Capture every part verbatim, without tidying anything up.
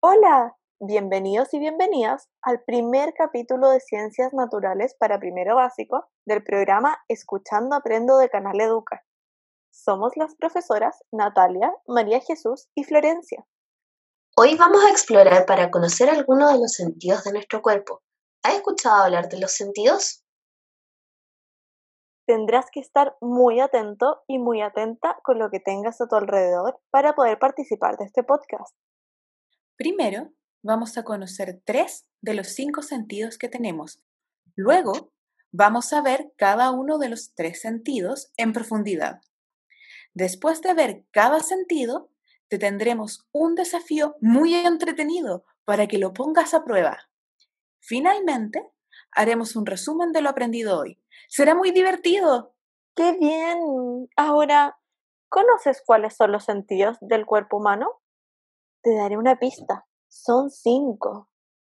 Hola, bienvenidos y bienvenidas al primer capítulo de Ciencias Naturales para Primero Básico del programa Escuchando Aprendo de Canal Educa. Somos las profesoras Natalia, María Jesús y Florencia. Hoy vamos a explorar para conocer algunos de los sentidos de nuestro cuerpo. ¿Has escuchado hablar de los sentidos? Tendrás que estar muy atento y muy atenta con lo que tengas a tu alrededor para poder participar de este podcast. Primero, vamos a conocer tres de los cinco sentidos que tenemos. Luego, vamos a ver cada uno de los tres sentidos en profundidad. Después de ver cada sentido, te tendremos un desafío muy entretenido para que lo pongas a prueba. Finalmente, haremos un resumen de lo aprendido hoy. ¡Será muy divertido! ¡Qué bien! Ahora, ¿conoces cuáles son los sentidos del cuerpo humano? Te daré una pista. Son cinco.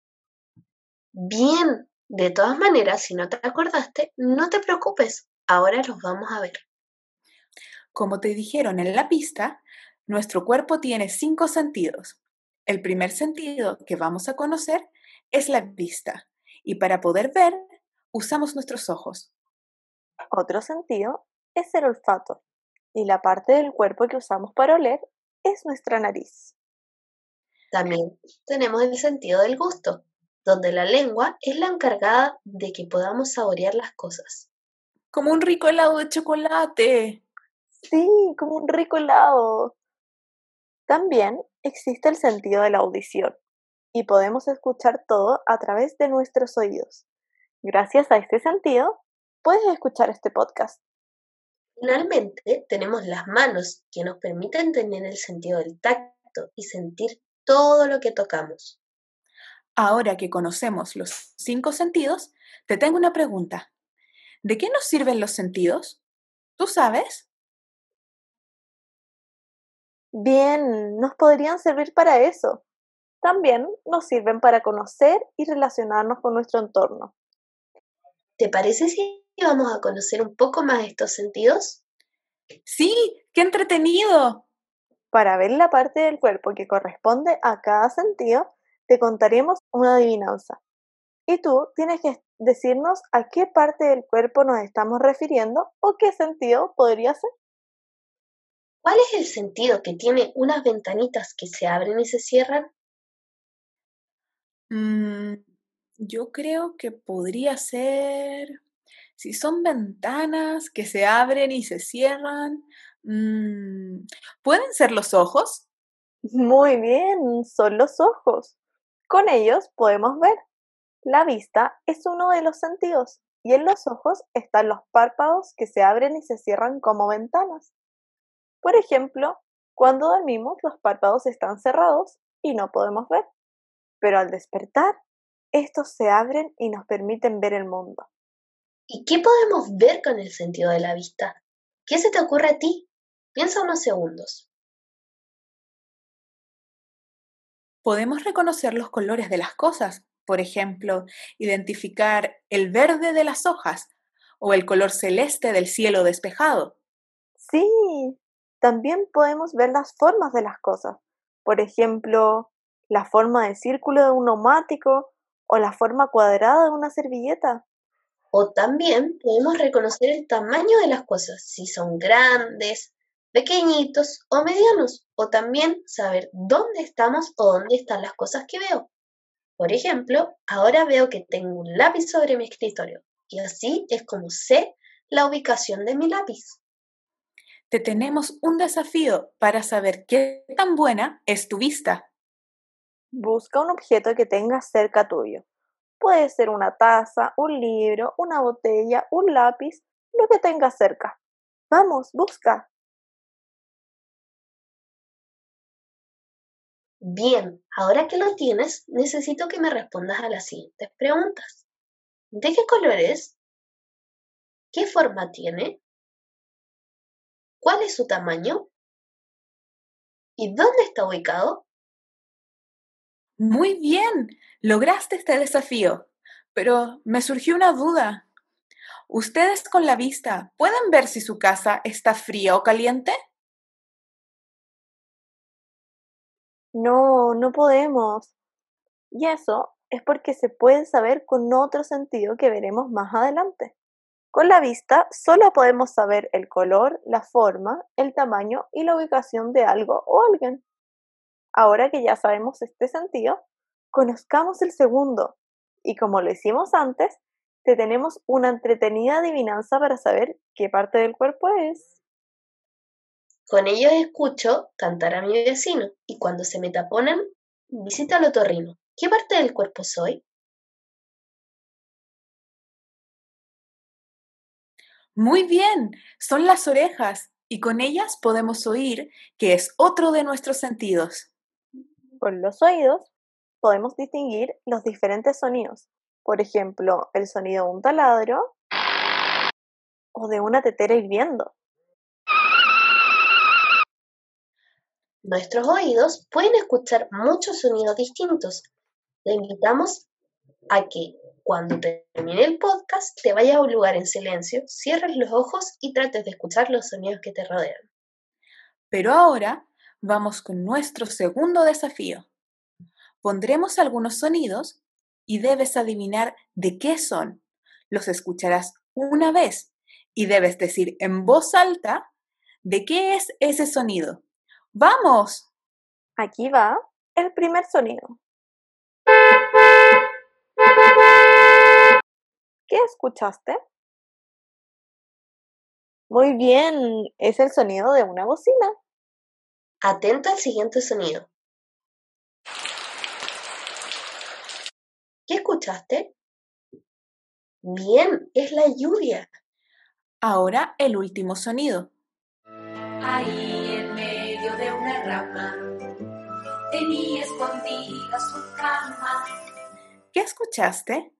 Bien, de todas maneras, si no te acordaste, no te preocupes, ahora los vamos a ver. Como te dijeron en la pista, nuestro cuerpo tiene cinco sentidos. El primer sentido que vamos a conocer es la vista, y para poder ver, usamos nuestros ojos. Otro sentido es el olfato, y la parte del cuerpo que usamos para oler es nuestra nariz. También tenemos el sentido del gusto, donde la lengua es la encargada de que podamos saborear las cosas. Como un rico helado de chocolate. Sí, como un rico helado. También existe el sentido de la audición, y podemos escuchar todo a través de nuestros oídos. Gracias a este sentido, puedes escuchar este podcast. Finalmente, tenemos las manos, que nos permiten tener el sentido del tacto y sentir todo lo que tocamos. Ahora que conocemos los cinco sentidos, te tengo una pregunta. ¿De qué nos sirven los sentidos? ¿Tú sabes? Bien, nos podrían servir para eso. También nos sirven para conocer y relacionarnos con nuestro entorno. ¿Te parece si vamos a conocer un poco más estos sentidos? Sí, qué entretenido. Para ver la parte del cuerpo que corresponde a cada sentido, te contaremos una adivinanza. Y tú tienes que decirnos a qué parte del cuerpo nos estamos refiriendo o qué sentido podría ser. ¿Cuál es el sentido que tiene unas ventanitas que se abren y se cierran? Mm, yo creo que podría ser, si son ventanas que se abren y se cierran, mm, ¿pueden ser los ojos? Muy bien, son los ojos. Con ellos podemos ver. La vista es uno de los sentidos y en los ojos están los párpados que se abren y se cierran como ventanas. Por ejemplo, cuando dormimos los párpados están cerrados y no podemos ver, pero al despertar, estos se abren y nos permiten ver el mundo. ¿Y qué podemos ver con el sentido de la vista? ¿Qué se te ocurre a ti? Piensa unos segundos. Podemos reconocer los colores de las cosas, por ejemplo, identificar el verde de las hojas o el color celeste del cielo despejado. Sí, también podemos ver las formas de las cosas. Por ejemplo, la forma de círculo de un neumático o la forma cuadrada de una servilleta. O también podemos reconocer el tamaño de las cosas, si son grandes, pequeñitos o medianos. O también saber dónde estamos o dónde están las cosas que veo. Por ejemplo, ahora veo que tengo un lápiz sobre mi escritorio y así es como sé la ubicación de mi lápiz. Te tenemos un desafío para saber qué tan buena es tu vista. Busca un objeto que tengas cerca tuyo. Puede ser una taza, un libro, una botella, un lápiz, lo que tengas cerca. Vamos, busca. Bien, ahora que lo tienes, necesito que me respondas a las siguientes preguntas. ¿De qué color es? ¿Qué forma tiene? ¿Cuál es su tamaño? ¿Y dónde está ubicado? Muy bien, lograste este desafío, pero me surgió una duda. ¿Ustedes con la vista pueden ver si su casa está fría o caliente? No, no podemos. Y eso es porque se puede saber con otro sentido que veremos más adelante. Con la vista solo podemos saber el color, la forma, el tamaño y la ubicación de algo o alguien. Ahora que ya sabemos este sentido, conozcamos el segundo. Y como lo hicimos antes, te tenemos una entretenida adivinanza para saber qué parte del cuerpo es. Con ellos escucho cantar a mi vecino y cuando se me taponan, visita al otorrino. ¿Qué parte del cuerpo soy? Muy bien, son las orejas y con ellas podemos oír, que es otro de nuestros sentidos. Con los oídos podemos distinguir los diferentes sonidos. Por ejemplo, el sonido de un taladro o de una tetera hirviendo. Nuestros oídos pueden escuchar muchos sonidos distintos. Te invitamos a que cuando termine el podcast te vayas a un lugar en silencio, cierres los ojos y trates de escuchar los sonidos que te rodean. Pero ahora vamos con nuestro segundo desafío. Pondremos algunos sonidos y debes adivinar de qué son. Los escucharás una vez y debes decir en voz alta de qué es ese sonido. ¡Vamos! Aquí va el primer sonido. ¿Qué escuchaste? Muy bien, es el sonido de una bocina. Atenta al siguiente sonido. ¿Qué escuchaste? Bien, es la lluvia. Ahora el último sonido. Ahí en medio de una rama tenía escondida su cama. ¿Qué escuchaste?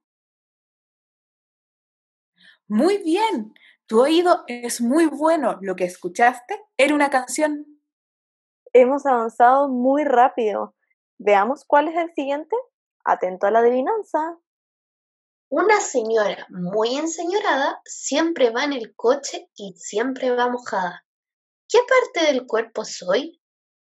Muy bien, tu oído es muy bueno. Lo que escuchaste era una canción. Hemos avanzado muy rápido. Veamos cuál es el siguiente. Atento a la adivinanza. Una señora muy enseñorada siempre va en el coche y siempre va mojada. ¿Qué parte del cuerpo soy?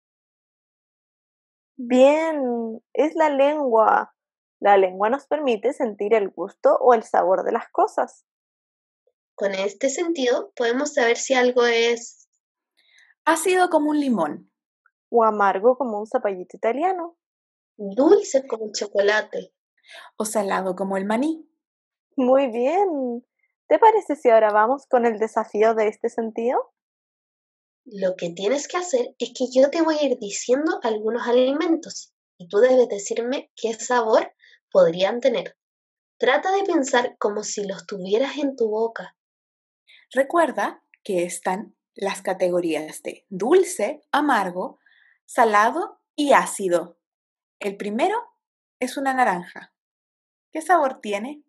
Bien, es la lengua. La lengua nos permite sentir el gusto o el sabor de las cosas. Con este sentido podemos saber si algo es Ácido como un limón. O amargo como un zapallito italiano. dulce como el chocolate. O salado como el maní. Muy bien. ¿Te parece si ahora vamos con el desafío de este sentido? Lo que tienes que hacer es que yo te voy a ir diciendo algunos alimentos y tú debes decirme qué sabor podrían tener. Trata de pensar como si los tuvieras en tu boca. Recuerda que están las categorías de dulce, amargo, salado y ácido. El primero es una naranja. ¿Qué sabor tiene?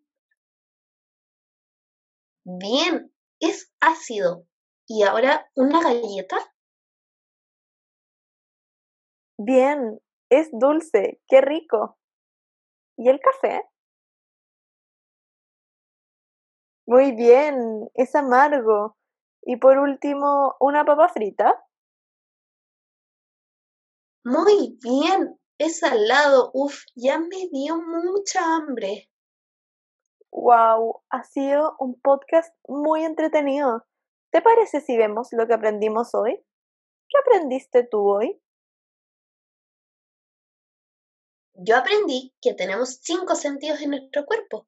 Bien, es ácido. ¿Y ahora una galleta? Bien, es dulce. ¡Qué rico! ¿Y el café? Muy bien, es amargo. Y por último, una papa frita. Muy bien, es salado. Uf, ya me dio mucha hambre. Wow, ha sido un podcast muy entretenido. ¿Te parece si vemos lo que aprendimos hoy? ¿Qué aprendiste tú hoy? Yo aprendí que tenemos cinco sentidos en nuestro cuerpo.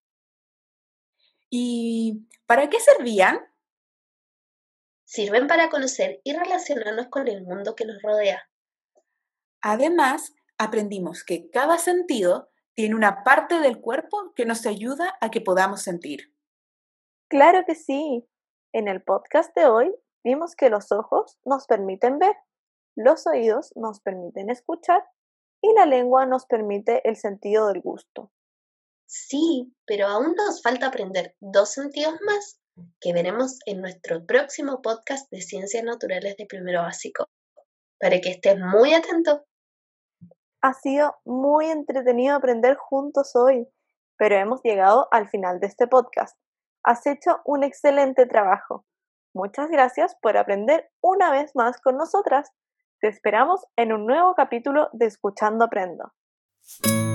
¿Y para qué servían? Sirven para conocer y relacionarnos con el mundo que nos rodea. Además, aprendimos que cada sentido tiene una parte del cuerpo que nos ayuda a que podamos sentir. Claro que sí. En el podcast de hoy vimos que los ojos nos permiten ver, los oídos nos permiten escuchar y la lengua nos permite el sentido del gusto. Sí, pero aún nos falta aprender dos sentidos más que veremos en nuestro próximo podcast de Ciencias Naturales de Primero Básico. Para que estés muy atento. Ha sido muy entretenido aprender juntos hoy, pero hemos llegado al final de este podcast. Has hecho un excelente trabajo. Muchas gracias por aprender una vez más con nosotras. Te esperamos en un nuevo capítulo de Escuchando Aprendo.